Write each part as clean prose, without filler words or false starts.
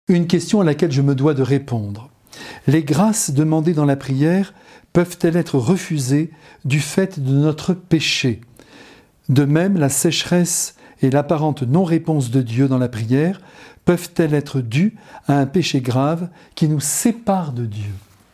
Une question à laquelle je me dois de répondre. Les grâces demandées dans la prière peuvent-elles être refusées du fait de notre péché ? De même, la sécheresse et l'apparente non-réponse de Dieu dans la prière peuvent-elles être dues à un péché grave qui nous sépare de Dieu ?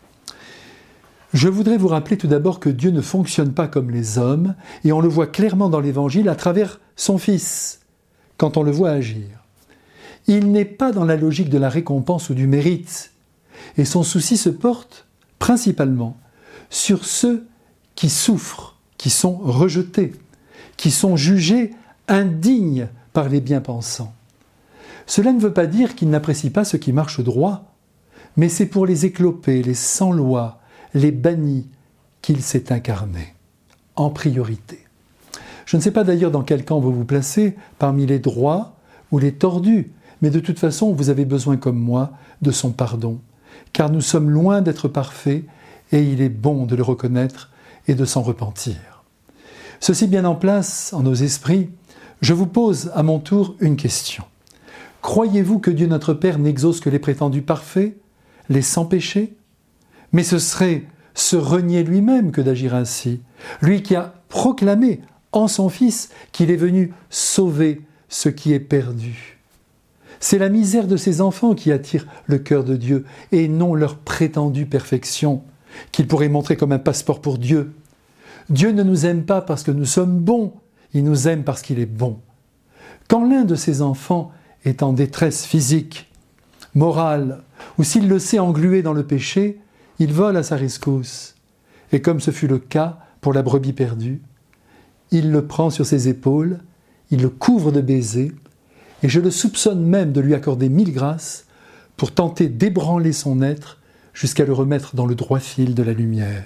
Je voudrais vous rappeler tout d'abord que Dieu ne fonctionne pas comme les hommes, et on le voit clairement dans l'Évangile à travers son Fils, quand on le voit agir. Il n'est pas dans la logique de la récompense ou du mérite, et son souci se porte principalement sur ceux qui souffrent, qui sont rejetés, qui sont jugés indignes par les bien-pensants. Cela ne veut pas dire qu'il n'apprécie pas ceux qui marchent droit, mais c'est pour les éclopés, les sans-loi, les bannis qu'il s'est incarné, en priorité. Je ne sais pas d'ailleurs dans quel camp vous vous placez, parmi les droits ou les tordus, mais de toute façon, vous avez besoin comme moi de son pardon, car nous sommes loin d'être parfaits et il est bon de le reconnaître et de s'en repentir. Ceci bien en place en nos esprits, je vous pose à mon tour une question. Croyez-vous que Dieu notre Père n'exauce que les prétendus parfaits, les sans péché ? Mais ce serait se renier lui-même que d'agir ainsi, lui qui a proclamé en son Fils qu'il est venu sauver ce qui est perdu. C'est la misère de ses enfants qui attire le cœur de Dieu et non leur prétendue perfection, qu'il pourrait montrer comme un passeport pour Dieu. Dieu ne nous aime pas parce que nous sommes bons, il nous aime parce qu'il est bon. Quand l'un de ses enfants est en détresse physique, morale, ou s'il le sait englué dans le péché, il vole à sa rescousse. Et comme ce fut le cas pour la brebis perdue, il le prend sur ses épaules, il le couvre de baisers, et je le soupçonne même de lui accorder 1000 grâces pour tenter d'ébranler son être jusqu'à le remettre dans le droit fil de la lumière.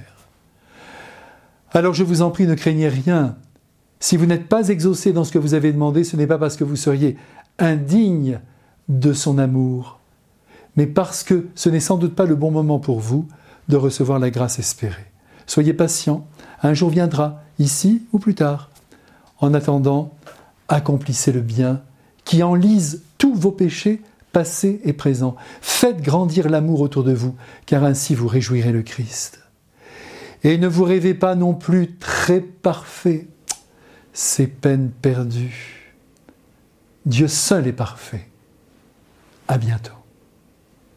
Alors je vous en prie, ne craignez rien. Si vous n'êtes pas exaucé dans ce que vous avez demandé, ce n'est pas parce que vous seriez indigne de son amour, mais parce que ce n'est sans doute pas le bon moment pour vous de recevoir la grâce espérée. Soyez patient, un jour viendra, ici ou plus tard. En attendant, accomplissez le bien qui enlise tous vos péchés passés et présents. Faites grandir l'amour autour de vous, car ainsi vous réjouirez le Christ. Et ne vous rêvez pas non plus très parfait, c'est peine perdue. Dieu seul est parfait. À bientôt.